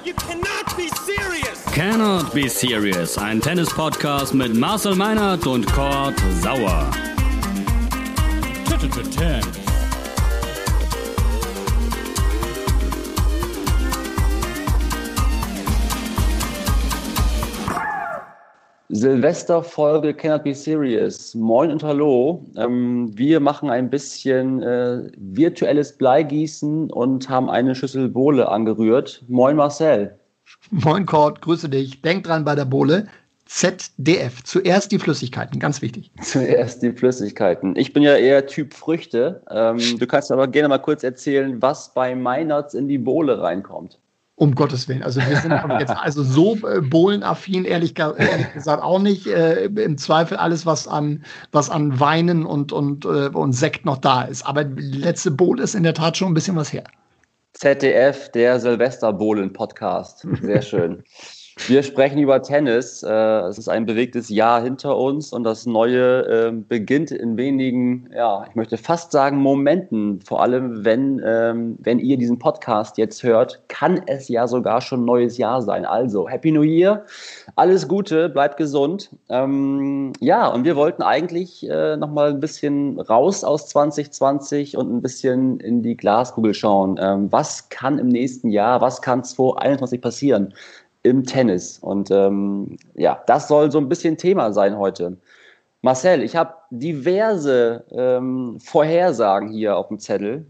You cannot be serious! Cannot Be Serious, ein Tennis-Podcast mit Marcel Meinert und Kurt Sauer. Silvesterfolge Cannot Be Serious. Moin und hallo. Wir machen ein bisschen virtuelles Bleigießen und haben eine Schüssel Bowle angerührt. Moin Marcel. Moin Kurt, grüße dich. Denk dran bei der Bowle, ZDF. Zuerst die Flüssigkeiten, ganz wichtig. Zuerst die Flüssigkeiten. Ich bin ja eher Typ Früchte. Du kannst aber gerne mal kurz erzählen, was bei Meinerts in die Bowle reinkommt. Um Gottes Willen. Also wir sind jetzt so bowlenaffin, ehrlich gesagt auch nicht. Im Zweifel alles, was an Weinen und Sekt noch da ist. Aber die letzte Bowl ist in der Tat schon ein bisschen was her. ZDF, der Silvester-Bowlen-Podcast. Sehr schön. Wir sprechen über Tennis. Es ist ein bewegtes Jahr hinter uns und das Neue beginnt in wenigen, ich möchte fast sagen Momenten. Vor allem, wenn ihr diesen Podcast jetzt hört, kann es ja sogar schon neues Jahr sein. Also, Happy New Year, alles Gute, bleibt gesund. Und wir wollten eigentlich nochmal ein bisschen raus aus 2020 und ein bisschen in die Glaskugel schauen. Was kann im nächsten Jahr, was kann 2021 passieren? Im Tennis. Und das soll so ein bisschen Thema sein heute. Marcel, ich habe diverse Vorhersagen hier auf dem Zettel.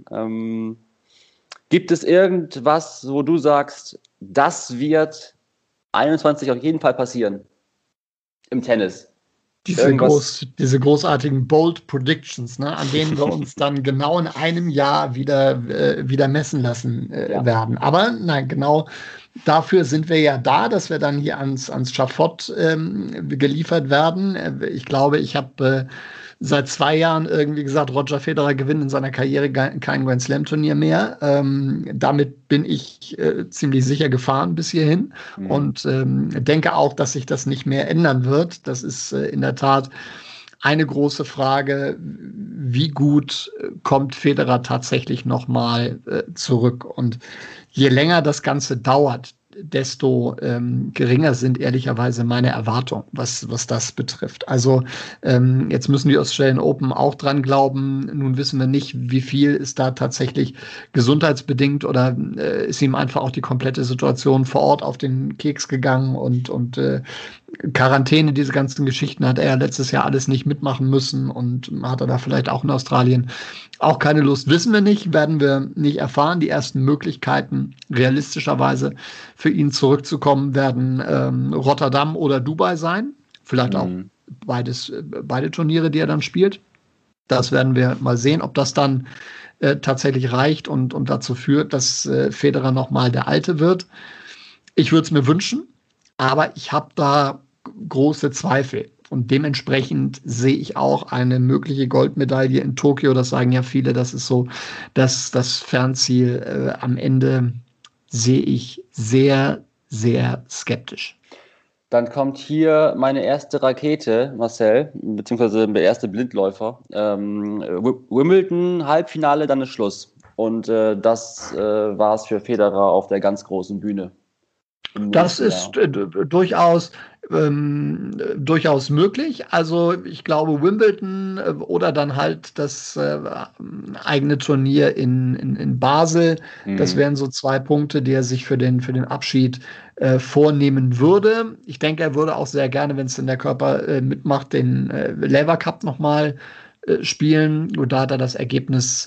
Gibt es irgendwas, wo du sagst, das wird 21 auf jeden Fall passieren im Tennis? Diese großartigen Bold Predictions, ne, an denen wir uns dann genau in einem Jahr wieder messen lassen werden. Aber nein, genau dafür sind wir ja da, dass wir dann hier ans Schafott geliefert werden. Ich glaube, ich habe seit 2 Jahren irgendwie gesagt, Roger Federer gewinnt in seiner Karriere kein Grand Slam Turnier mehr. Damit bin ich ziemlich sicher gefahren bis hierhin und denke auch, dass sich das nicht mehr ändern wird. Das ist in der Tat eine große Frage, wie gut kommt Federer tatsächlich nochmal zurück? Und je länger das Ganze dauert, desto geringer sind ehrlicherweise meine Erwartungen, was das betrifft. Also jetzt müssen die Australian Open auch dran glauben. Nun wissen wir nicht, wie viel ist da tatsächlich gesundheitsbedingt oder ist ihm einfach auch die komplette Situation vor Ort auf den Keks gegangen und Quarantäne, diese ganzen Geschichten hat er ja letztes Jahr alles nicht mitmachen müssen und hat er da vielleicht auch in Australien auch keine Lust. Wissen wir nicht, werden wir nicht erfahren. Die ersten Möglichkeiten, realistischerweise für ihn zurückzukommen, werden Rotterdam oder Dubai sein. Vielleicht auch beide Turniere, die er dann spielt. Das werden wir mal sehen, ob das dann tatsächlich reicht und dazu führt, dass Federer nochmal der Alte wird. Ich würde es mir wünschen, aber ich habe da große Zweifel. Und dementsprechend sehe ich auch eine mögliche Goldmedaille in Tokio. Das sagen ja viele, das ist so das Fernziel. Am Ende sehe ich sehr, sehr skeptisch. Dann kommt hier meine erste Rakete, Marcel, beziehungsweise der erste Blindläufer. Wimbledon, Halbfinale, dann ist Schluss. Und das war es für Federer auf der ganz großen Bühne. Das ist durchaus möglich. Also ich glaube, Wimbledon oder dann halt das eigene Turnier in Basel, das wären so 2 Punkte, die er sich für den Abschied vornehmen würde. Ich denke, er würde auch sehr gerne, wenn es in der Körper mitmacht, den Lever Cup nochmal spielen. Und da hat er das Ergebnis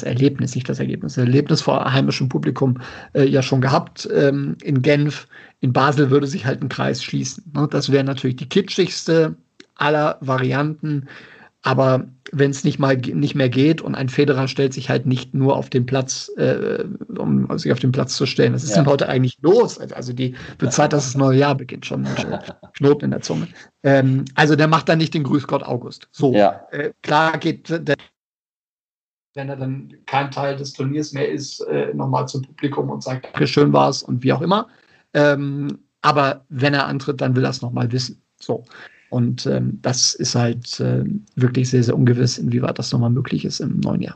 vor heimischem Publikum ja schon gehabt in Genf. In Basel würde sich halt ein Kreis schließen. Ne? Das wäre natürlich die kitschigste aller Varianten. Aber wenn es nicht mehr geht und ein Federer stellt sich halt nicht nur auf den Platz, um sich auf den Platz zu stellen. Was ist denn heute eigentlich los? Also wird Zeit, dass das neue Jahr beginnt, schon Knoten in der Zunge. Also der macht dann nicht den Grüß Gott August. So, klar geht der, wenn er dann kein Teil des Turniers mehr ist, nochmal zum Publikum und sagt, schön war's und wie auch immer. Aber wenn er antritt, dann will er es nochmal wissen. So. Und das ist halt wirklich sehr, sehr ungewiss, inwieweit das nochmal möglich ist im neuen Jahr.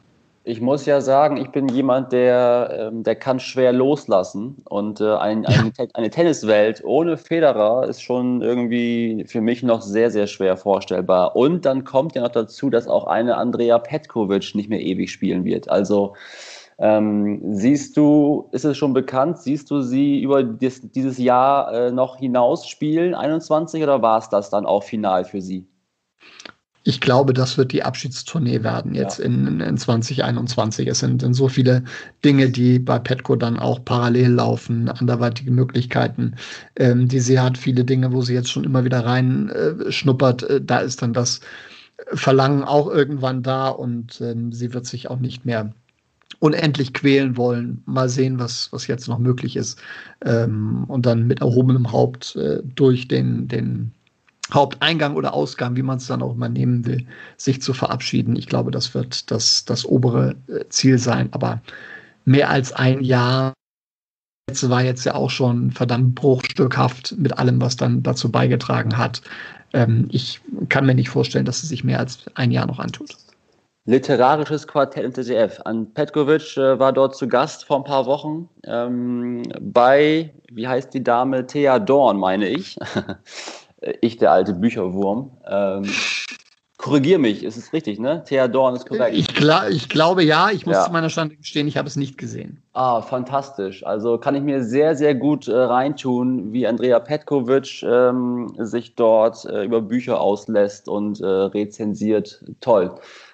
Ich muss ja sagen, ich bin jemand, der kann schwer loslassen. Und eine Tenniswelt ohne Federer ist schon irgendwie für mich noch sehr, sehr schwer vorstellbar. Und dann kommt ja noch dazu, dass auch eine Andrea Petkovic nicht mehr ewig spielen wird. Also ist es schon bekannt, siehst du sie über dieses Jahr noch hinaus spielen, 21, oder war es das dann auch final für sie? Ich glaube, das wird die Abschiedstournee werden jetzt in 2021. Es sind so viele Dinge, die bei Petko dann auch parallel laufen, anderweitige Möglichkeiten, die sie hat, viele Dinge, wo sie jetzt schon immer wieder rein schnuppert. Da ist dann das Verlangen auch irgendwann da und sie wird sich auch nicht mehr unendlich quälen wollen. Mal sehen, was jetzt noch möglich ist. Und dann mit erhobenem Haupt durch den Haupteingang oder Ausgang, wie man es dann auch immer nehmen will, sich zu verabschieden. Ich glaube, das wird das obere Ziel sein. Aber mehr als ein Jahr war jetzt ja auch schon verdammt bruchstückhaft mit allem, was dann dazu beigetragen hat. Ich kann mir nicht vorstellen, dass es sich mehr als ein Jahr noch antut. Literarisches Quartett im ZDF. An Petkovic war dort zu Gast vor ein paar Wochen bei, wie heißt die Dame? Thea Dorn, meine ich. Ich, der alte Bücherwurm. Korrigier mich, ist es richtig, ne? Thea Dorn ist korrekt. Ich glaube ja, ich muss zu meiner Schande gestehen, ich habe es nicht gesehen. Ah, fantastisch. Also kann ich mir sehr, sehr gut reintun, wie Andrea Petkovic sich dort über Bücher auslässt und rezensiert. Toll.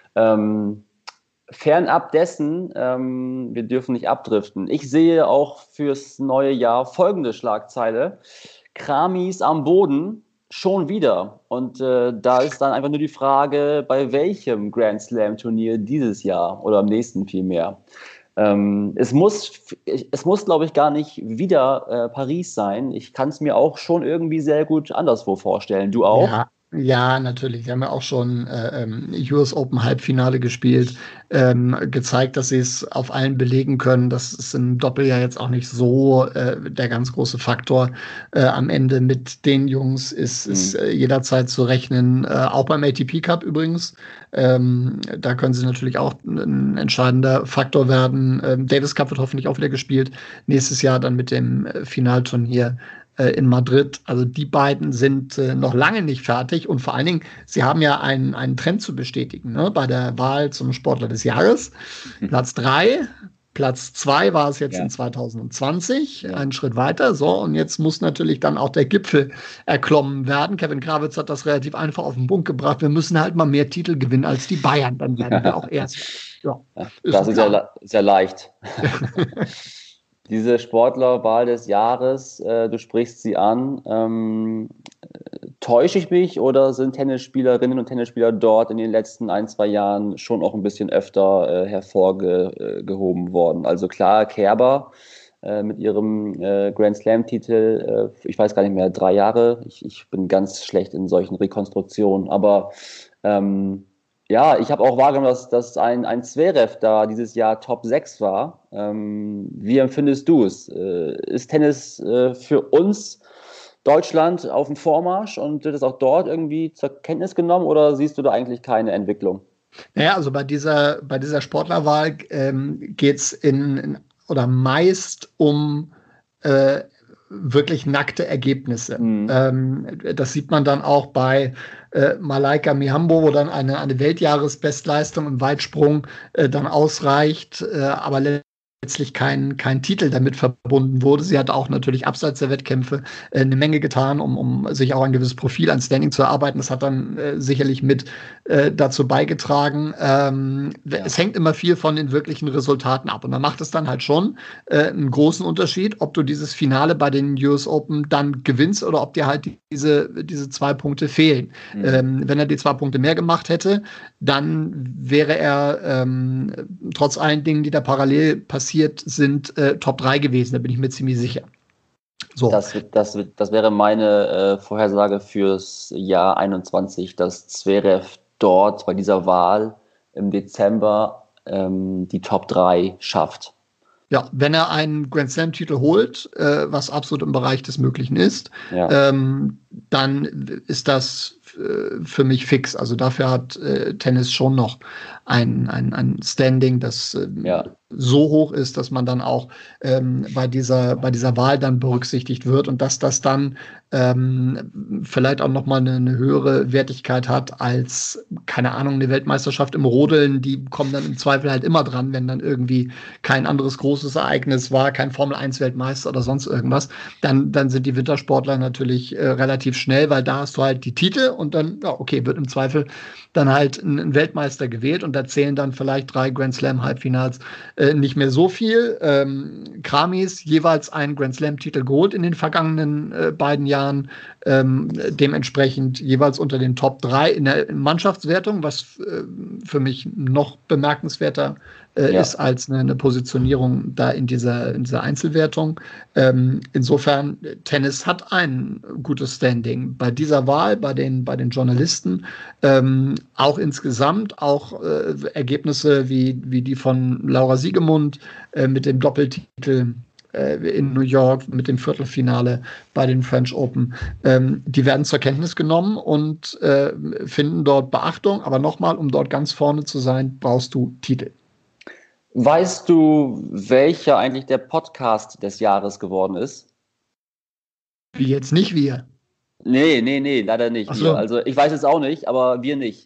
Fernab dessen, wir dürfen nicht abdriften. Ich sehe auch fürs neue Jahr folgende Schlagzeile. Kramis am Boden, schon wieder. Und da ist dann einfach nur die Frage, bei welchem Grand Slam Turnier dieses Jahr oder am nächsten vielmehr. Es muss, glaube ich, gar nicht wieder Paris sein. Ich kann es mir auch schon irgendwie sehr gut anderswo vorstellen. Du auch? Ja, natürlich. Sie haben ja auch schon US Open Halbfinale gespielt, gezeigt, dass sie es auf allen belegen können. Das ist im Doppel ja jetzt auch nicht so der ganz große Faktor. Am Ende mit den Jungs ist jederzeit zu rechnen, auch beim ATP Cup übrigens. Da können sie natürlich auch ein entscheidender Faktor werden. Davis Cup wird hoffentlich auch wieder gespielt. Nächstes Jahr dann mit dem Finalturnier in Madrid. Also die beiden sind noch lange nicht fertig und vor allen Dingen, sie haben ja einen Trend zu bestätigen, ne? Bei der Wahl zum Sportler des Jahres. Platz 3, Platz 2 war es jetzt in 2020, einen Schritt weiter. So, und jetzt muss natürlich dann auch der Gipfel erklommen werden. Kevin Krawitz hat das relativ einfach auf den Punkt gebracht. Wir müssen halt mal mehr Titel gewinnen als die Bayern, dann werden wir auch erst. Ja, das ist sehr leicht. Diese Sportlerwahl des Jahres, du sprichst sie an. Täusche ich mich oder sind Tennisspielerinnen und Tennisspieler dort in den letzten 1-2 Jahren schon auch ein bisschen öfter hervorgehoben worden? Also klar, Kerber mit ihrem Grand Slam-Titel, ich weiß gar nicht mehr, 3 Jahre. Ich bin ganz schlecht in solchen Rekonstruktionen, aber ja, ich habe auch wahrgenommen, dass ein Zverev da dieses Jahr Top 6 war. Wie empfindest du es? Ist Tennis für uns Deutschland auf dem Vormarsch und wird es auch dort irgendwie zur Kenntnis genommen oder siehst du da eigentlich keine Entwicklung? Naja, also bei dieser Sportlerwahl geht es oder meist um wirklich nackte Ergebnisse. Das sieht man dann auch bei Malaika Mihambo, wo dann eine Weltjahresbestleistung im Weitsprung dann ausreicht, aber letztlich kein Titel damit verbunden wurde. Sie hat auch natürlich abseits der Wettkämpfe eine Menge getan, um sich auch ein gewisses Profil an Standing zu erarbeiten. Das hat dann sicherlich mit dazu beigetragen. Es hängt immer viel von den wirklichen Resultaten ab. Und da macht es dann halt schon einen großen Unterschied, ob du dieses Finale bei den US Open dann gewinnst oder ob dir halt diese 2 Punkte fehlen. Wenn er die 2 Punkte mehr gemacht hätte, dann wäre er trotz allen Dingen, die da parallel passiert sind, Top 3 gewesen, da bin ich mir ziemlich sicher. So. Das wäre meine Vorhersage fürs Jahr 21, dass Zverev dort bei dieser Wahl im Dezember die Top 3 schafft. Ja, wenn er einen Grand Slam-Titel holt, was absolut im Bereich des Möglichen ist, dann ist das für mich fix. Also dafür hat Tennis schon noch ein Standing, das so hoch ist, dass man dann auch bei dieser Wahl dann berücksichtigt wird und dass das dann vielleicht auch nochmal eine höhere Wertigkeit hat als, keine Ahnung, eine Weltmeisterschaft im Rodeln. Die kommen dann im Zweifel halt immer dran, wenn dann irgendwie kein anderes großes Ereignis war, kein Formel-1-Weltmeister oder sonst irgendwas. Dann sind die Wintersportler natürlich relativ schnell, weil da hast du halt die Titel und dann, ja, okay, wird im Zweifel dann halt ein Weltmeister gewählt und da zählen dann vielleicht 3 Grand Slam-Halbfinals nicht mehr so viel. Kramis jeweils einen Grand Slam-Titel geholt in den vergangenen beiden Jahren, dementsprechend jeweils unter den Top 3 in der Mannschaftswertung, was für mich noch bemerkenswerter ist als eine Positionierung da in dieser Einzelwertung. Insofern, Tennis hat ein gutes Standing. Bei dieser Wahl, bei den Journalisten, auch insgesamt, auch Ergebnisse wie die von Laura Siegemund mit dem Doppeltitel in New York, mit dem Viertelfinale bei den French Open, die werden zur Kenntnis genommen und finden dort Beachtung. Aber nochmal, um dort ganz vorne zu sein, brauchst du Titel. Weißt du, welcher eigentlich der Podcast des Jahres geworden ist? Wie jetzt nicht wir? Nee, leider nicht. Ach so. Also ich weiß es auch nicht, aber wir nicht.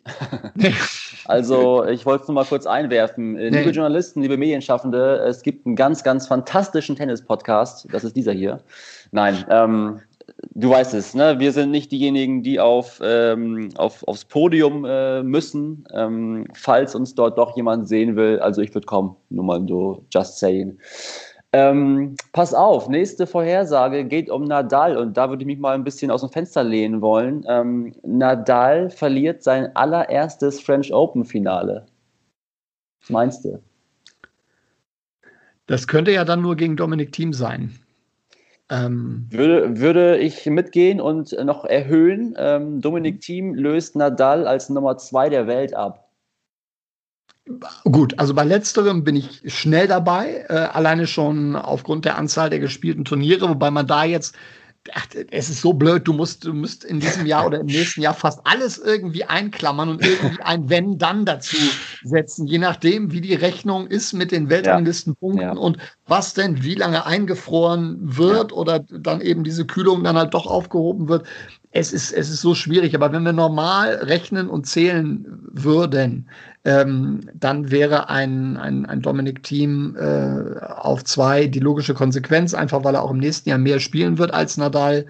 Also ich wollte es nur mal kurz einwerfen. Liebe Journalisten, liebe Medienschaffende, es gibt einen ganz, ganz fantastischen Tennis-Podcast. Das ist dieser hier. Nein, du weißt es, ne? Wir sind nicht diejenigen, die aufs Podium müssen, falls uns dort doch jemand sehen will. Also ich würde kommen, nur mal so just saying. Pass auf, nächste Vorhersage geht um Nadal und da würde ich mich mal ein bisschen aus dem Fenster lehnen wollen. Nadal verliert sein allererstes French Open Finale. Was meinst du? Das könnte ja dann nur gegen Dominic Thiem sein. Würde ich mitgehen und noch erhöhen. Dominic Thiem löst Nadal als Nummer 2 der Welt ab. Gut, also bei letzterem bin ich schnell dabei, alleine schon aufgrund der Anzahl der gespielten Turniere, wobei man da jetzt, es ist so blöd, du musst in diesem Jahr oder im nächsten Jahr fast alles irgendwie einklammern und irgendwie ein Wenn, dann dazu setzen, je nachdem, wie die Rechnung ist mit den Weltranglistenpunkten und was denn wie lange eingefroren wird oder dann eben diese Kühlung dann halt doch aufgehoben wird. Es ist so schwierig, aber wenn wir normal rechnen und zählen würden, dann wäre ein Dominic Thiem auf 2 die logische Konsequenz, einfach weil er auch im nächsten Jahr mehr spielen wird als Nadal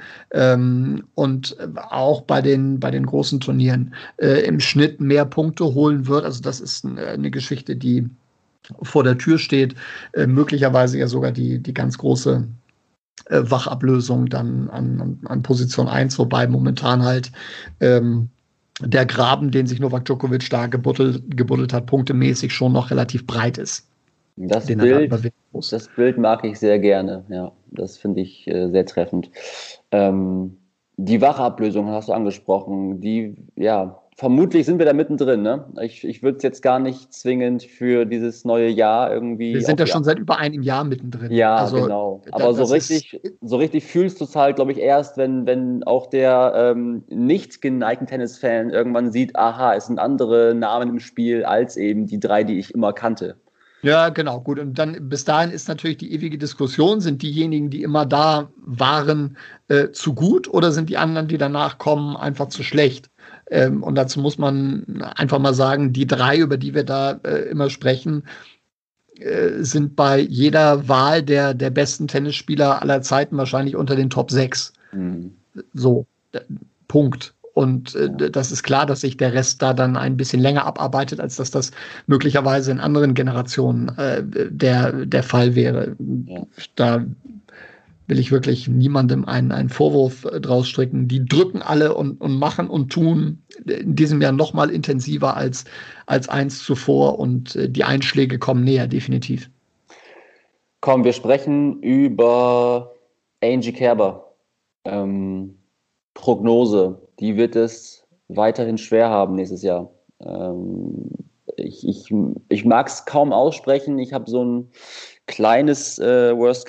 und auch bei den großen Turnieren im Schnitt mehr Punkte holen wird. Also das ist eine Geschichte, die vor der Tür steht, möglicherweise ja sogar die ganz große Wachablösung dann an Position 1, wobei momentan halt der Graben, den sich Novak Djokovic da gebuddelt hat, punktemäßig schon noch relativ breit ist. Das Bild mag ich sehr gerne, ja, das finde ich sehr treffend. Die Wachablösung hast du angesprochen, vermutlich sind wir da mittendrin, ne? Ich würde es jetzt gar nicht zwingend für dieses neue Jahr irgendwie. Wir sind ja schon seit über einem Jahr mittendrin. Ja, also, genau. Aber so richtig fühlst du es halt, glaube ich, erst, wenn auch der nicht geneigten Tennisfan irgendwann sieht, aha, es sind andere Namen im Spiel als eben die 3, die ich immer kannte. Ja, genau, gut. Und dann bis dahin ist natürlich die ewige Diskussion, sind diejenigen, die immer da waren, zu gut oder sind die anderen, die danach kommen, einfach zu schlecht? Und dazu muss man einfach mal sagen, die 3, über die wir da immer sprechen, sind bei jeder Wahl der besten Tennisspieler aller Zeiten wahrscheinlich unter den Top 6. So, Punkt. Und das ist klar, dass sich der Rest da dann ein bisschen länger abarbeitet, als dass das möglicherweise in anderen Generationen der Fall wäre. Ja. Da will ich wirklich niemandem einen Vorwurf draus stricken. Die drücken alle und machen und tun in diesem Jahr noch mal intensiver als eins zuvor und die Einschläge kommen näher, definitiv. Komm, wir sprechen über Angie Kerber. Prognose, die wird es weiterhin schwer haben nächstes Jahr. Ich mag es kaum aussprechen. Ich habe so ein kleines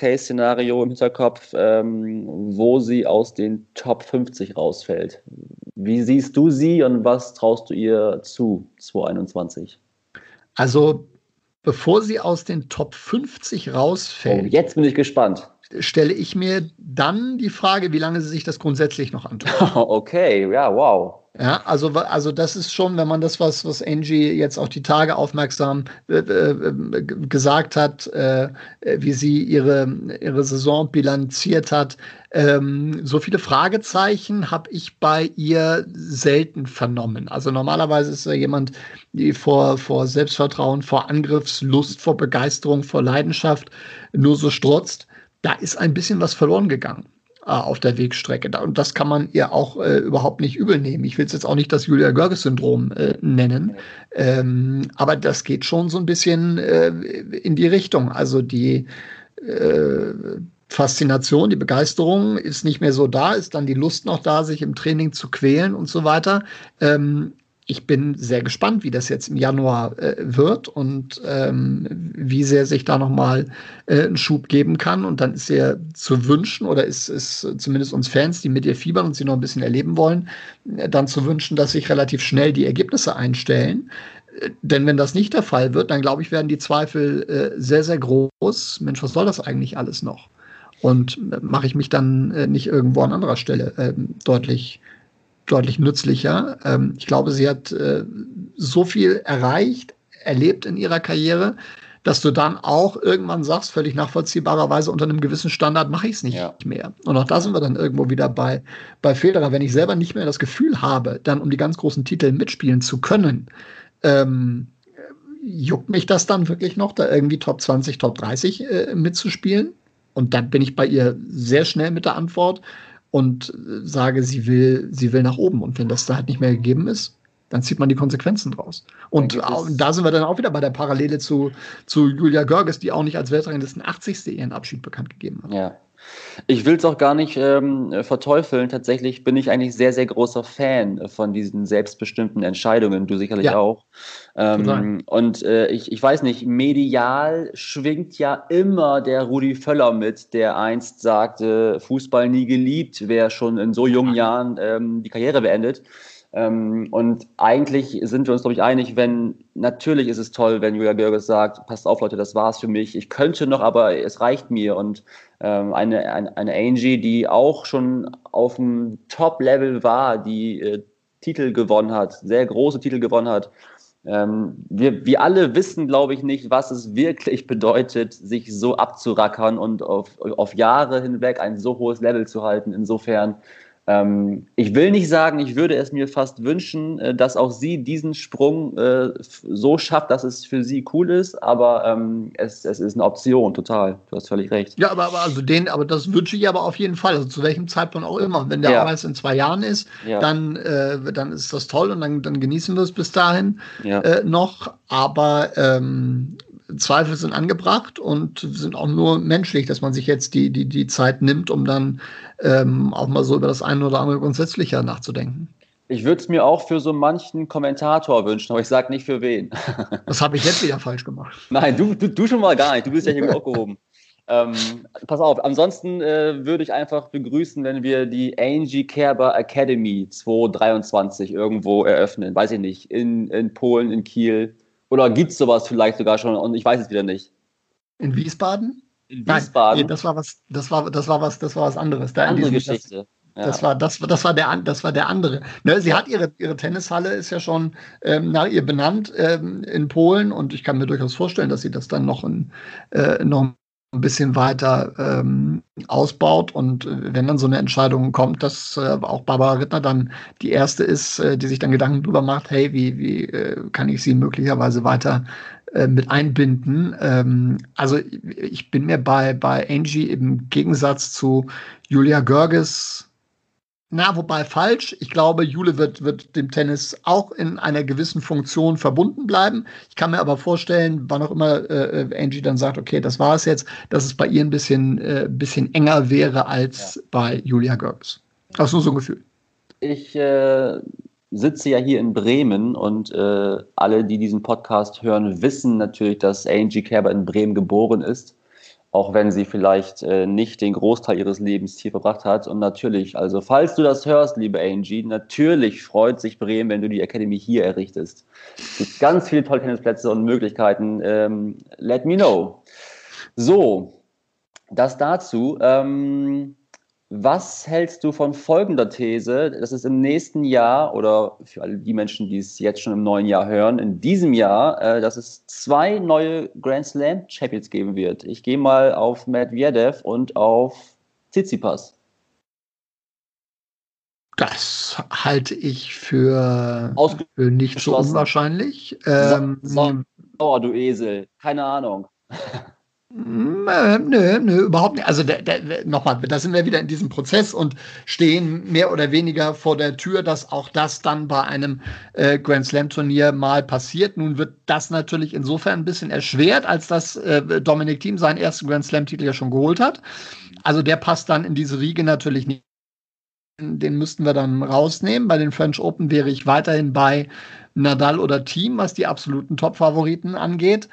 Worst-Case-Szenario im Hinterkopf, wo sie aus den Top 50 rausfällt. Wie siehst du sie und was traust du ihr zu 2021? Also, bevor sie aus den Top 50 rausfällt, jetzt bin ich gespannt. Stelle ich mir dann die Frage, wie lange sie sich das grundsätzlich noch antut. Okay, ja, wow. Ja, also das ist schon, wenn man das, was Angie jetzt auch die Tage aufmerksam gesagt hat, wie sie ihre Saison bilanziert hat. So viele Fragezeichen habe ich bei ihr selten vernommen. Also normalerweise ist er jemand, die vor Selbstvertrauen, vor Angriffslust, vor Begeisterung, vor Leidenschaft nur so strotzt. Da ist ein bisschen was verloren gegangen auf der Wegstrecke. Und das kann man ihr auch überhaupt nicht übel nehmen. Ich will es jetzt auch nicht das Julia-Görges-Syndrom nennen, aber das geht schon so ein bisschen in die Richtung. Also die Faszination, die Begeisterung ist nicht mehr so da, ist dann die Lust noch da, sich im Training zu quälen und so weiter. Ich bin sehr gespannt, wie das jetzt im Januar wird und wie sehr sich da nochmal einen Schub geben kann. Und dann ist ihr zu wünschen, oder ist zumindest uns Fans, die mit ihr fiebern und sie noch ein bisschen erleben wollen, dann zu wünschen, dass sich relativ schnell die Ergebnisse einstellen. Denn wenn das nicht der Fall wird, dann glaube ich, werden die Zweifel sehr, sehr groß. Mensch, was soll das eigentlich alles noch? Und mache ich mich dann nicht irgendwo an anderer Stelle deutlich nützlicher. Ich glaube, sie hat so viel erlebt in ihrer Karriere, dass du dann auch irgendwann sagst, völlig nachvollziehbarerweise, unter einem gewissen Standard mache ich es nicht mehr. Und auch da sind wir dann irgendwo wieder bei Federer. Wenn ich selber nicht mehr das Gefühl habe, dann um die ganz großen Titel mitspielen zu können, juckt mich das dann wirklich noch, da irgendwie Top 20, Top 30 mitzuspielen? Und dann bin ich bei ihr sehr schnell mit der Antwort und sage, sie will nach oben. Und wenn das da halt nicht mehr gegeben ist, dann zieht man die Konsequenzen draus. Und da sind wir dann auch wieder bei der Parallele zu Julia Görges, die auch nicht als Weltranglisten 80. ihren Abschied bekannt gegeben hat. Ja. Ich will es auch gar nicht verteufeln. Tatsächlich bin ich eigentlich sehr, sehr großer Fan von diesen selbstbestimmten Entscheidungen. Du sicherlich auch. Und ich weiß nicht, medial schwingt ja immer der Rudi Völler mit, der einst sagte, Fußball nie geliebt, wer schon in so jungen Jahren die Karriere beendet. Und eigentlich sind wir uns, glaube ich, einig, natürlich ist es toll, wenn Julia Görges sagt, passt auf, Leute, das war's für mich. Ich könnte noch, aber es reicht mir. Und eine Angie, die auch schon auf dem Top-Level war, die Titel gewonnen hat, sehr große Titel gewonnen hat. Wir alle wissen, glaube ich, nicht, was es wirklich bedeutet, sich so abzurackern und auf Jahre hinweg ein so hohes Level zu halten. Insofern, ich will nicht sagen, ich würde es mir fast wünschen, dass auch sie diesen Sprung so schafft, dass es für sie cool ist, aber es ist eine Option, total. Du hast völlig recht. Ja, aber das wünsche ich aber auf jeden Fall, also zu welchem Zeitpunkt auch immer. Wenn der Arbeits in 2 Jahren ist, dann ist das toll und dann genießen wir es bis dahin noch, aber Zweifel sind angebracht und sind auch nur menschlich, dass man sich jetzt die Zeit nimmt, um dann auch mal so über das eine oder andere grundsätzlicher nachzudenken. Ich würde es mir auch für so manchen Kommentator wünschen, aber ich sage nicht für wen. Das habe ich jetzt wieder falsch gemacht. Nein, du schon mal gar nicht. Du bist ja hier gut aufgehoben. Pass auf, ansonsten würde ich einfach begrüßen, wenn wir die Angie Kerber Academy 2023 irgendwo eröffnen. Weiß ich nicht, in Polen, in Kiel. Oder gibt es sowas vielleicht sogar schon und ich weiß es wieder nicht. In Wiesbaden? In Wiesbaden? Nein, das war was anderes. Andere Geschichte. Das war der andere. Ne, sie hat ihre Tennishalle, ist ja schon nach ihr benannt in Polen und ich kann mir durchaus vorstellen, dass sie das dann noch ein bisschen weiter ausbaut und wenn dann so eine Entscheidung kommt, dass auch Barbara Rittner dann die erste ist, die sich dann Gedanken drüber macht, hey, wie kann ich sie möglicherweise weiter mit einbinden. Also ich bin mir bei Angie im Gegensatz zu Julia Görges, wobei falsch. Ich glaube, Jule wird dem Tennis auch in einer gewissen Funktion verbunden bleiben. Ich kann mir aber vorstellen, wann auch immer Angie dann sagt, okay, das war es jetzt, dass es bei ihr ein bisschen enger wäre als bei Julia Görges. Das ist nur so ein Gefühl. Ich sitze ja hier in Bremen und alle, die diesen Podcast hören, wissen natürlich, dass Angie Kerber in Bremen geboren ist. auch wenn sie vielleicht nicht den Großteil ihres Lebens hier verbracht hat. Und natürlich, also falls du das hörst, liebe Angie, natürlich freut sich Bremen, wenn du die Academy hier errichtest. Es gibt ganz viele tolle Tennisplätze und Möglichkeiten. Let me know. So, das dazu. Was hältst du von folgender These, dass es im nächsten Jahr oder für alle die Menschen, die es jetzt schon im neuen Jahr hören, in diesem Jahr, dass es 2 neue Grand Slam Champions geben wird? Ich gehe mal auf Medvedev und auf Tsitsipas. Das halte ich für nicht so unwahrscheinlich. Sauer, du Esel. Keine Ahnung. Nö, überhaupt nicht. Also nochmal, da sind wir wieder in diesem Prozess und stehen mehr oder weniger vor der Tür, dass auch das dann bei einem Grand Slam Turnier mal passiert. Nun wird das natürlich insofern ein bisschen erschwert, als dass Dominic Thiem seinen ersten Grand Slam Titel ja schon geholt hat. Also der passt dann in diese Riege natürlich nicht. Den müssten wir dann rausnehmen. Bei den French Open wäre ich weiterhin bei Nadal oder Thiem, was die absoluten Top-Favoriten angeht.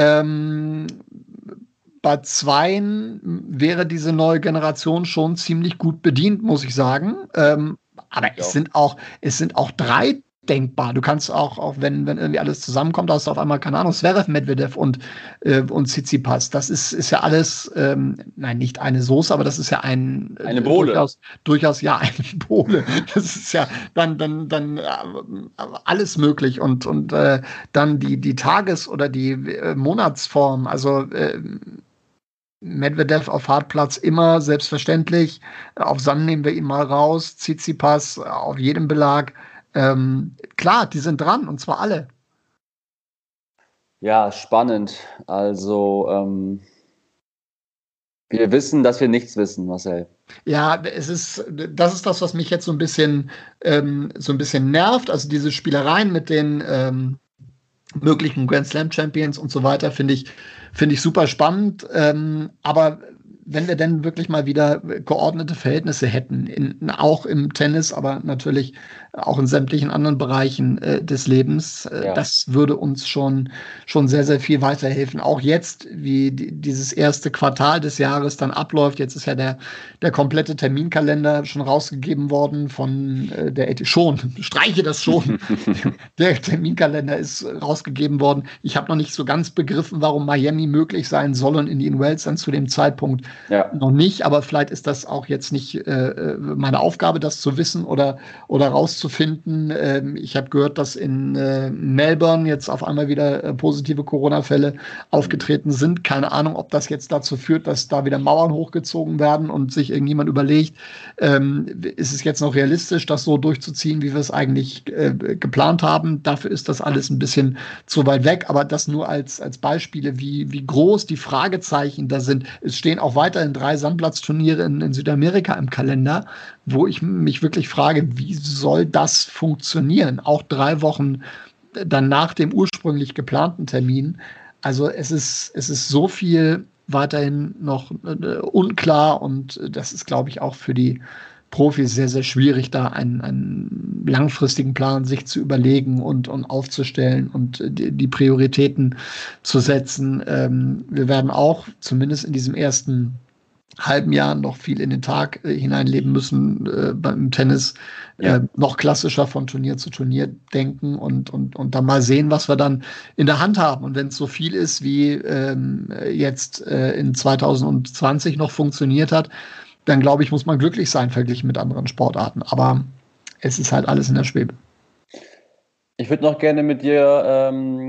Bei Zweien wäre diese neue Generation schon ziemlich gut bedient, muss ich sagen. Aber es sind auch 3 denkbar. Du kannst auch wenn irgendwie alles zusammenkommt, hast du auf einmal, keine Ahnung, Zverev, Medvedev und Tsitsipas. Das ist ja alles, nein, nicht eine Soße, aber das ist ja eine Bohle. Durchaus ja eine Bohle. Das ist ja dann alles möglich und dann die Tages- oder die Monatsform, also Medvedev auf Hartplatz immer selbstverständlich. Auf Sand nehmen wir ihn mal raus. Tsitsipas auf jedem Belag. Klar, die sind dran, und zwar alle. Ja, spannend. Also, wir wissen, dass wir nichts wissen, Marcel. Ja, das ist das, was mich jetzt so ein bisschen nervt. Also diese Spielereien mit den möglichen Grand Slam Champions und so weiter finde ich super spannend. Aber wenn wir denn wirklich mal wieder geordnete Verhältnisse hätten, auch im Tennis, aber natürlich auch in sämtlichen anderen Bereichen des Lebens, das würde uns schon sehr, sehr viel weiterhelfen. Auch jetzt, wie dieses erste Quartal des Jahres dann abläuft, jetzt ist ja der komplette Terminkalender schon rausgegeben worden von streiche das schon. Der Terminkalender ist rausgegeben worden. Ich habe noch nicht so ganz begriffen, warum Miami möglich sein soll und Indian Wells dann zu dem Zeitpunkt noch nicht, aber vielleicht ist das auch jetzt nicht meine Aufgabe, das zu wissen oder rauszufinden. Ich habe gehört, dass in Melbourne jetzt auf einmal wieder positive Corona-Fälle aufgetreten sind. Keine Ahnung, ob das jetzt dazu führt, dass da wieder Mauern hochgezogen werden und sich irgendjemand überlegt, ist es jetzt noch realistisch, das so durchzuziehen, wie wir es eigentlich geplant haben. Dafür ist das alles ein bisschen zu weit weg, aber das nur als Beispiele, wie groß die Fragezeichen da sind. Es stehen auch weiterhin 3 Sandplatzturniere in Südamerika im Kalender, wo ich mich wirklich frage, wie soll das funktionieren? Auch 3 Wochen dann nach dem ursprünglich geplanten Termin. Also es ist so viel weiterhin noch unklar und das ist, glaube ich, auch für die Profis sehr, sehr schwierig, da einen langfristigen Plan sich zu überlegen und aufzustellen und die Prioritäten zu setzen. Wir werden auch zumindest in diesem ersten halben Jahr noch viel in den Tag hineinleben müssen, beim Tennis noch klassischer von Turnier zu Turnier denken und dann mal sehen, was wir dann in der Hand haben. Und wenn es so viel ist, wie jetzt in 2020 noch funktioniert hat, dann glaube ich, muss man glücklich sein, verglichen mit anderen Sportarten. Aber es ist halt alles in der Schwebe. Ich würde noch gerne mit dir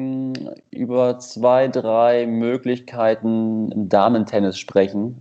über 2, 3 Möglichkeiten im Damentennis sprechen.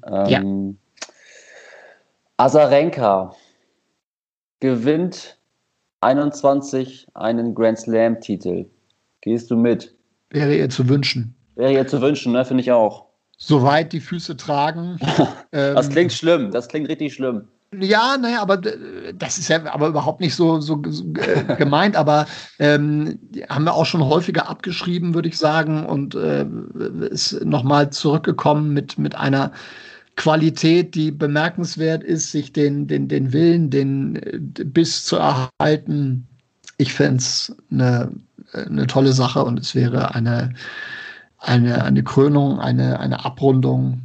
Azarenka gewinnt 21 einen Grand Slam-Titel. Gehst du mit? Wäre ihr zu wünschen. Wäre ihr zu wünschen, ne? Finde ich auch. Soweit die Füße tragen. Das klingt schlimm. Das klingt richtig schlimm. Ja, naja, aber das ist ja aber überhaupt nicht so gemeint, aber haben wir auch schon häufiger abgeschrieben, würde ich sagen, und ist nochmal zurückgekommen mit einer Qualität, die bemerkenswert ist, sich den Willen, den Biss zu erhalten. Ich fände es eine tolle Sache und es wäre eine Krönung, eine Abrundung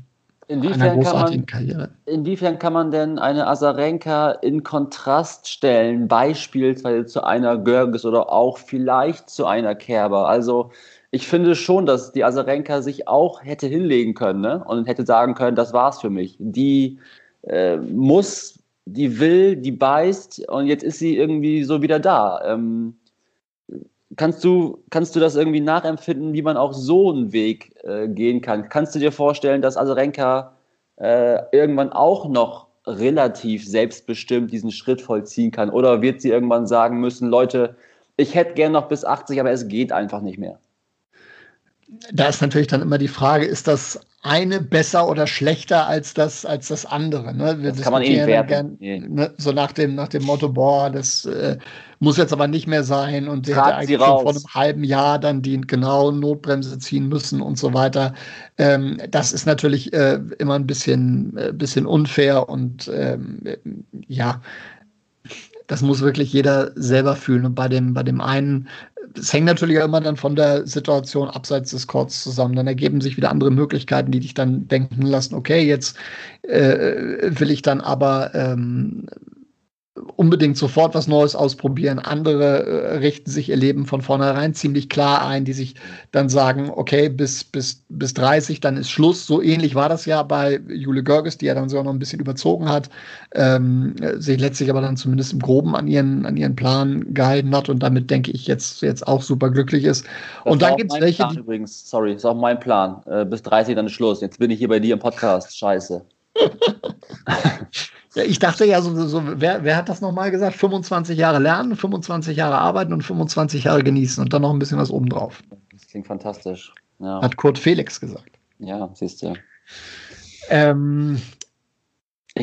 einer großartigen Karriere. Inwiefern kann man denn eine Azarenka in Kontrast stellen, beispielsweise zu einer Görges oder auch vielleicht zu einer Kerber? Also ich finde schon, dass die Azarenka sich auch hätte hinlegen können, ne? Und hätte sagen können, das war's für mich. Die muss, die will, die beißt und jetzt ist sie irgendwie so wieder da. Kannst du das irgendwie nachempfinden, wie man auch so einen Weg gehen kann? Kannst du dir vorstellen, dass Azarenka irgendwann auch noch relativ selbstbestimmt diesen Schritt vollziehen kann? Oder wird sie irgendwann sagen müssen, Leute, ich hätte gern noch bis 80, aber es geht einfach nicht mehr? Da ist natürlich dann immer die Frage, ist das eine besser oder schlechter als das andere? Ne? Wir das kann man eh werten. Ne? So nach dem Motto, boah, das muss jetzt aber nicht mehr sein und der hätte eigentlich schon vor einem halben Jahr dann die genauen Notbremse ziehen müssen und so weiter. Das ist natürlich immer ein bisschen unfair und ja, das muss wirklich jeder selber fühlen. Und bei dem einen, es hängt natürlich auch immer dann von der Situation abseits des Courts zusammen. Dann ergeben sich wieder andere Möglichkeiten, die dich dann denken lassen, okay, jetzt will ich dann aber unbedingt sofort was Neues ausprobieren. Andere richten sich ihr Leben von vornherein ziemlich klar ein, die sich dann sagen, okay, bis 30, dann ist Schluss. So ähnlich war das ja bei Jule Görges, die ja dann sogar noch ein bisschen überzogen hat, sich letztlich aber dann zumindest im Groben an ihren Plan gehalten hat und damit, denke ich, jetzt auch super glücklich ist. Das und dann gibt es welche, Plan übrigens, sorry, ist auch mein Plan. Bis 30 dann ist Schluss. Jetzt bin ich hier bei dir im Podcast. Scheiße. Ja, ich dachte ja so, wer hat das nochmal gesagt? 25 Jahre lernen, 25 Jahre arbeiten und 25 Jahre genießen und dann noch ein bisschen was obendrauf. Das klingt fantastisch. Ja. Hat Kurt Felix gesagt. Ja, siehst du. Ich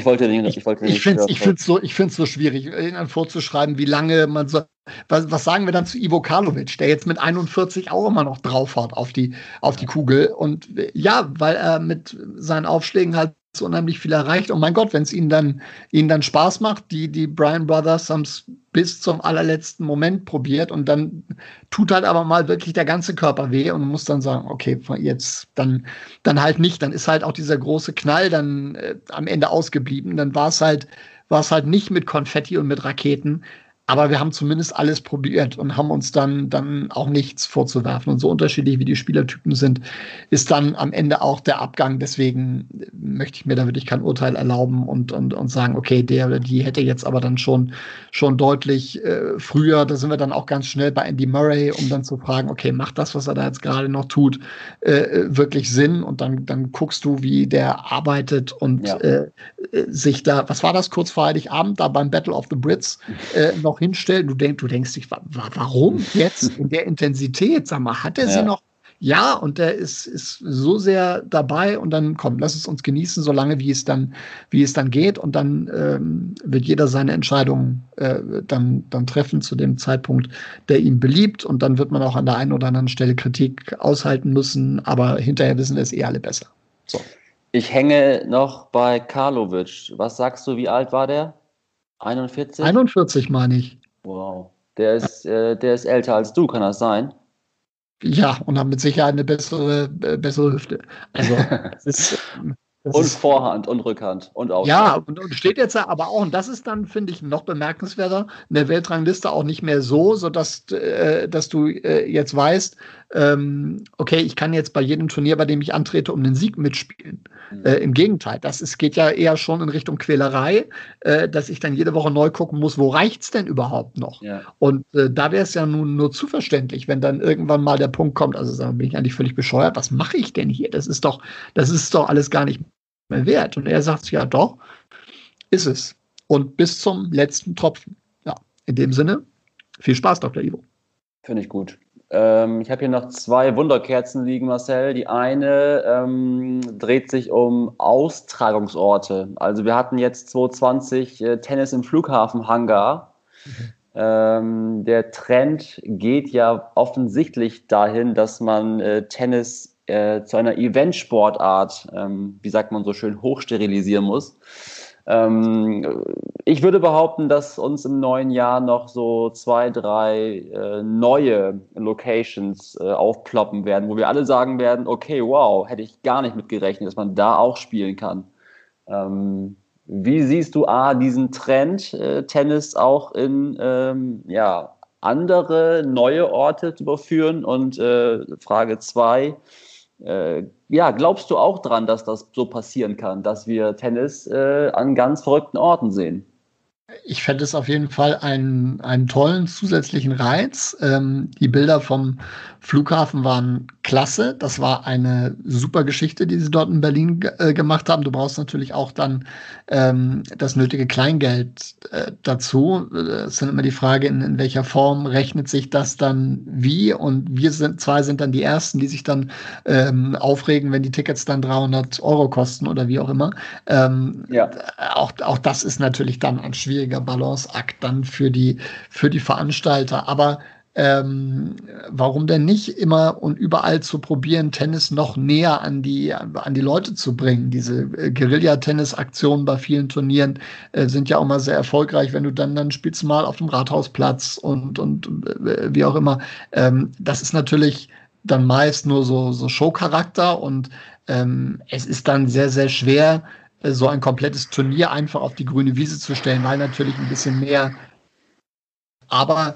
finde es so schwierig, ihnen vorzuschreiben, wie lange man so. Was sagen wir dann zu Ivo Karlovic, der jetzt mit 41 auch immer noch drauf hat auf die Kugel? Und ja, weil er mit seinen Aufschlägen halt so unheimlich viel erreicht. Und mein Gott, wenn es ihnen dann Spaß macht, die Bryan Brothers haben es bis zum allerletzten Moment probiert und dann tut halt aber mal wirklich der ganze Körper weh und man muss dann sagen, okay, jetzt dann halt nicht. Dann ist halt auch dieser große Knall dann am Ende ausgeblieben. Dann war es halt nicht mit Konfetti und mit Raketen. Aber wir haben zumindest alles probiert und haben uns dann auch nichts vorzuwerfen. Und so unterschiedlich wie die Spielertypen sind, ist dann am Ende auch der Abgang. Deswegen möchte ich mir da wirklich kein Urteil erlauben und sagen, okay, der oder die hätte jetzt aber dann schon deutlich früher, da sind wir dann auch ganz schnell bei Andy Murray, um dann zu fragen, okay, macht das, was er da jetzt gerade noch tut, wirklich Sinn? Und dann guckst du, wie der arbeitet und sich da, was war das, kurz vor Heiligabend, da beim Battle of the Brits noch hinstellen. Du denkst dich, warum jetzt in der Intensität? Sag mal, hat er sie noch? Ja, und der ist so sehr dabei und dann komm, lass es uns genießen, solange wie es dann geht und dann wird jeder seine Entscheidung dann treffen zu dem Zeitpunkt, der ihm beliebt und dann wird man auch an der einen oder anderen Stelle Kritik aushalten müssen, aber hinterher wissen es alle besser. So. Ich hänge noch bei Karlovic. Was sagst du, wie alt war der? 41? 41 meine ich. Wow. Der ist älter als du, kann das sein? Ja, und hat mit Sicherheit eine bessere Hüfte. Also, und Vorhand und Rückhand und Ausschlag. Ja, und steht jetzt aber auch, und das ist dann, finde ich, noch bemerkenswerter, in der Weltrangliste auch nicht mehr sodass dass du jetzt weißt, okay, ich kann jetzt bei jedem Turnier, bei dem ich antrete, um den Sieg mitspielen. Im Gegenteil, geht ja eher schon in Richtung Quälerei, dass ich dann jede Woche neu gucken muss, wo reicht's denn überhaupt noch? Ja. Und da wäre es ja nun nur zu verständlich, wenn dann irgendwann mal der Punkt kommt, also sagen, bin ich eigentlich völlig bescheuert, was mache ich denn hier? Das ist doch alles gar nicht mehr wert. Und er sagt, ja doch, ist es. Und bis zum letzten Tropfen. Ja, in dem Sinne, viel Spaß, Dr. Ivo. Finde ich gut. Ich habe hier noch 2 Wunderkerzen liegen, Marcel. Die eine dreht sich um Austragungsorte. Also wir hatten jetzt 2020 Tennis im Flughafenhangar. Der Trend geht ja offensichtlich dahin, dass man Tennis zu einer Eventsportart, wie sagt man so schön, hochsterilisieren muss. Ich würde behaupten, dass uns im neuen Jahr noch so 2, 3 neue Locations aufploppen werden, wo wir alle sagen werden, okay, wow, hätte ich gar nicht mit gerechnet, dass man da auch spielen kann. Wie siehst du diesen Trend, Tennis auch in andere neue Orte zu überführen? Und Frage 2, glaubst du auch dran, dass das so passieren kann, dass wir Tennis an ganz verrückten Orten sehen? Ich fände es auf jeden Fall einen tollen zusätzlichen Reiz. Die Bilder vom Flughafen waren klasse. Das war eine super Geschichte, die sie dort in Berlin gemacht haben. Du brauchst natürlich auch dann das nötige Kleingeld dazu. Es ist immer die Frage, in welcher Form rechnet sich das dann wie? Und wir sind dann die Ersten, die sich dann aufregen, wenn die Tickets dann 300 € kosten oder wie auch immer. Auch das ist natürlich dann ein schwieriger Balanceakt dann für die Veranstalter. Aber warum denn nicht immer und überall zu probieren, Tennis noch näher an die Leute zu bringen? Diese Guerilla-Tennis-Aktionen bei vielen Turnieren sind ja auch mal sehr erfolgreich, wenn du dann spielst du mal auf dem Rathausplatz und wie auch immer. Das ist natürlich dann meist nur so Showcharakter und es ist dann sehr, sehr schwer, so ein komplettes Turnier einfach auf die grüne Wiese zu stellen, weil natürlich ein bisschen mehr. Aber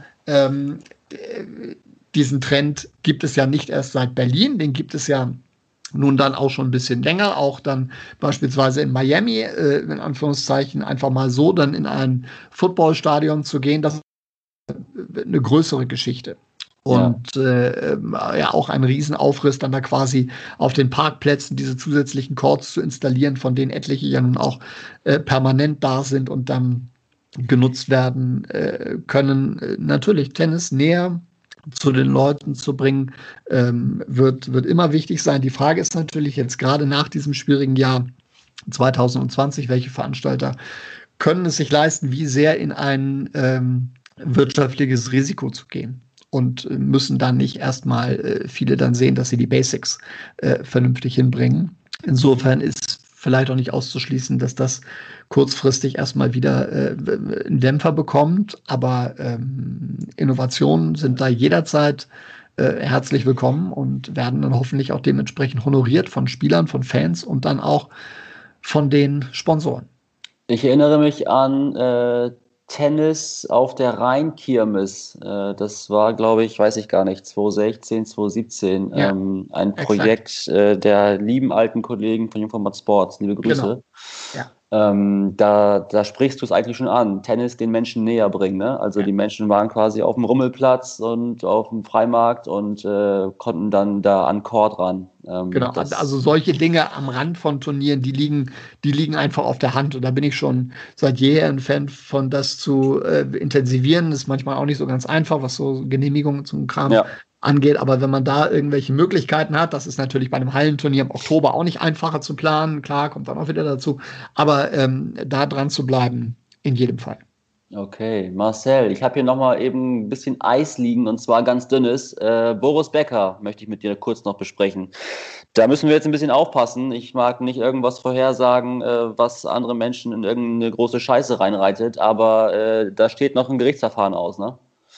diesen Trend gibt es ja nicht erst seit Berlin, den gibt es ja nun dann auch schon ein bisschen länger, auch dann beispielsweise in Miami, in Anführungszeichen, einfach mal so dann in ein Footballstadion zu gehen, das ist eine größere Geschichte. Und auch ein Riesenaufriss, dann da quasi auf den Parkplätzen diese zusätzlichen Courts zu installieren, von denen etliche ja nun auch permanent da sind und dann genutzt werden können. Natürlich Tennis näher zu den Leuten zu bringen, wird immer wichtig sein. Die Frage ist natürlich jetzt gerade nach diesem schwierigen Jahr 2020, welche Veranstalter können es sich leisten, wie sehr in ein wirtschaftliches Risiko zu gehen und müssen dann nicht erstmal viele dann sehen, dass sie die Basics vernünftig hinbringen. Insofern ist vielleicht auch nicht auszuschließen, dass das kurzfristig erstmal wieder einen Dämpfer bekommt. Aber Innovationen sind da jederzeit herzlich willkommen und werden dann hoffentlich auch dementsprechend honoriert von Spielern, von Fans und dann auch von den Sponsoren. Ich erinnere mich an Tennis auf der Rheinkirmes. Das war, glaube ich, weiß ich gar nicht, 2016, 2017. Ja, ein Projekt der lieben alten Kollegen von Jungformat Sports. Liebe Grüße. Genau. Ja. Da sprichst du es eigentlich schon an. Tennis den Menschen näher bringen. Ne? Also die Menschen waren quasi auf dem Rummelplatz und auf dem Freimarkt und konnten dann da an Court ran. Genau, also solche Dinge am Rand von Turnieren, die liegen einfach auf der Hand. Und da bin ich schon seit jeher ein Fan von, das zu intensivieren. Das ist manchmal auch nicht so ganz einfach, was so Genehmigungen zum Kram angeht. Aber wenn man da irgendwelche Möglichkeiten hat, das ist natürlich bei einem Hallenturnier im Oktober auch nicht einfacher zu planen. Klar, kommt dann auch wieder dazu. Aber da dran zu bleiben, in jedem Fall. Okay, Marcel, ich habe hier nochmal eben ein bisschen Eis liegen und zwar ganz dünnes. Boris Becker möchte ich mit dir kurz noch besprechen. Da müssen wir jetzt ein bisschen aufpassen. Ich mag nicht irgendwas vorhersagen, was andere Menschen in irgendeine große Scheiße reinreitet, aber da steht noch ein Gerichtsverfahren aus, ne?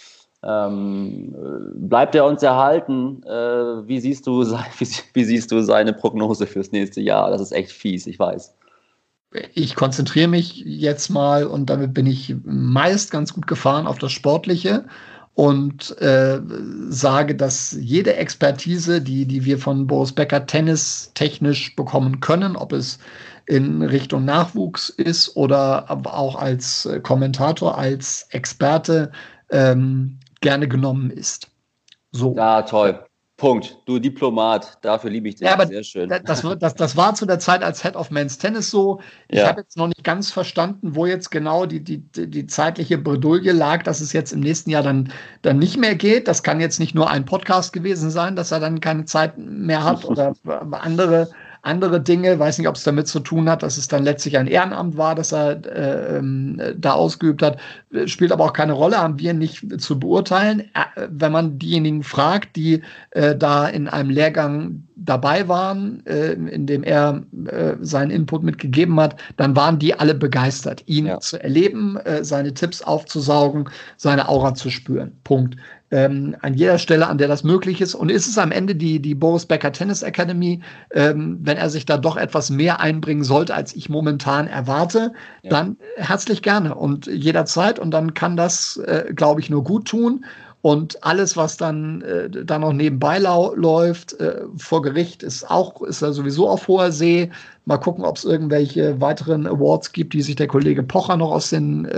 Bleibt er uns erhalten? Wie siehst du seine Prognose fürs nächste Jahr? Das ist echt fies, ich weiß. Ich konzentriere mich jetzt mal, und damit bin ich meist ganz gut gefahren, auf das Sportliche und sage, dass jede Expertise, die wir von Boris Becker tennis-technisch bekommen können, ob es in Richtung Nachwuchs ist oder aber auch als Kommentator, als Experte, gerne genommen ist. So. Ja, toll. Punkt. Du Diplomat, dafür liebe ich dich. Ja, aber sehr schön. Das war zu der Zeit als Head of Men's Tennis so. Ich habe jetzt noch nicht ganz verstanden, wo jetzt genau die zeitliche Bredouille lag, dass es jetzt im nächsten Jahr dann nicht mehr geht. Das kann jetzt nicht nur ein Podcast gewesen sein, dass er dann keine Zeit mehr hat oder andere Dinge. Weiß nicht, ob es damit zu tun hat, dass es dann letztlich ein Ehrenamt war, das er da ausgeübt hat. Spielt aber auch keine Rolle, haben wir nicht zu beurteilen. Wenn man diejenigen fragt, die da in einem Lehrgang dabei waren, in dem er seinen Input mitgegeben hat, dann waren die alle begeistert, ihn zu erleben, seine Tipps aufzusaugen, seine Aura zu spüren. Punkt. An jeder Stelle, an der das möglich ist. Und ist es am Ende die Boris Becker Tennis Academy, wenn er sich da doch etwas mehr einbringen sollte, als ich momentan erwarte, dann herzlich gerne und jederzeit. Und dann kann das, glaube ich, nur gut tun. Und alles, was dann noch nebenbei läuft, vor Gericht, ist er sowieso auf hoher See. Mal gucken, ob es irgendwelche weiteren Awards gibt, die sich der Kollege Pocher noch aus der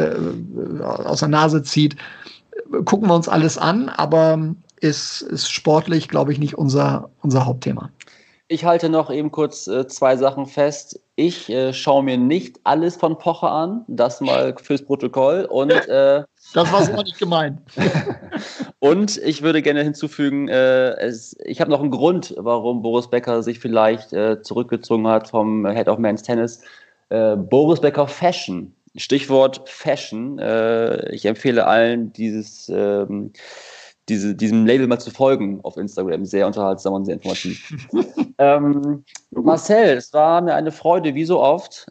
Nase zieht. Gucken wir uns alles an, aber ist sportlich, glaube ich, nicht unser Hauptthema. Ich halte noch eben kurz 2 Sachen fest. Ich schaue mir nicht alles von Pocher an, das mal fürs Protokoll. Und das war so nicht gemeint. Und ich würde gerne hinzufügen, ich habe noch einen Grund, warum Boris Becker sich vielleicht zurückgezogen hat vom Head of Men's Tennis. Boris Becker Fashion. Stichwort Fashion. Ich empfehle allen, diesem Label mal zu folgen auf Instagram. Sehr unterhaltsam und sehr informativ. Marcel, es war mir eine Freude, wie so oft.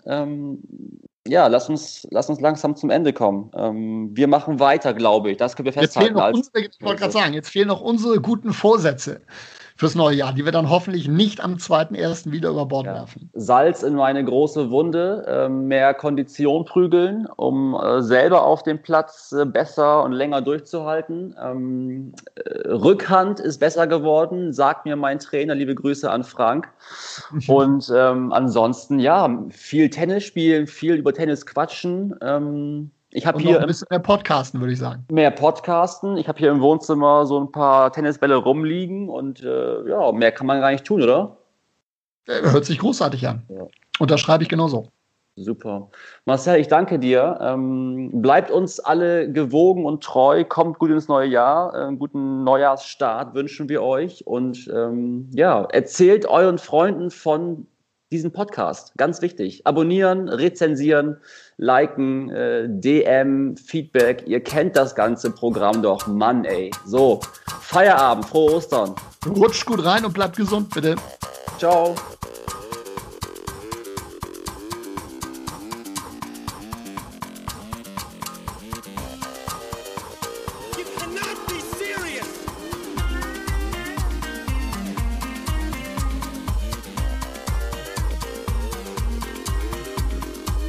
Lass uns langsam zum Ende kommen. Wir machen weiter, glaube ich. Das können wir festhalten. Ich wollte gerade sagen, jetzt fehlen noch unsere guten Vorsätze fürs neue Jahr, die wir dann hoffentlich nicht am 2.1. wieder über Bord werfen. Salz in meine große Wunde, mehr Kondition prügeln, um selber auf dem Platz besser und länger durchzuhalten. Rückhand ist besser geworden, sagt mir mein Trainer, liebe Grüße an Frank. Und ansonsten, viel Tennis spielen, viel über Tennis quatschen. Ich habe hier ein bisschen mehr Podcasten, würde ich sagen. Mehr Podcasten. Ich habe hier im Wohnzimmer so ein paar Tennisbälle rumliegen und mehr kann man gar nicht tun, oder? Hört sich großartig an. Ja. Unterschreibe ich genauso. Super. Marcel, ich danke dir. Bleibt uns alle gewogen und treu. Kommt gut ins neue Jahr. Einen guten Neujahrsstart wünschen wir euch. Und erzählt euren Freunden von diesem Podcast. Ganz wichtig. Abonnieren, rezensieren, liken, DM, Feedback. Ihr kennt das ganze Programm doch. Mann, ey. So, Feierabend. Frohe Ostern. Rutscht gut rein und bleibt gesund, bitte. Ciao. You cannot be serious.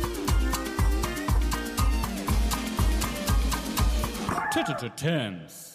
Tennis.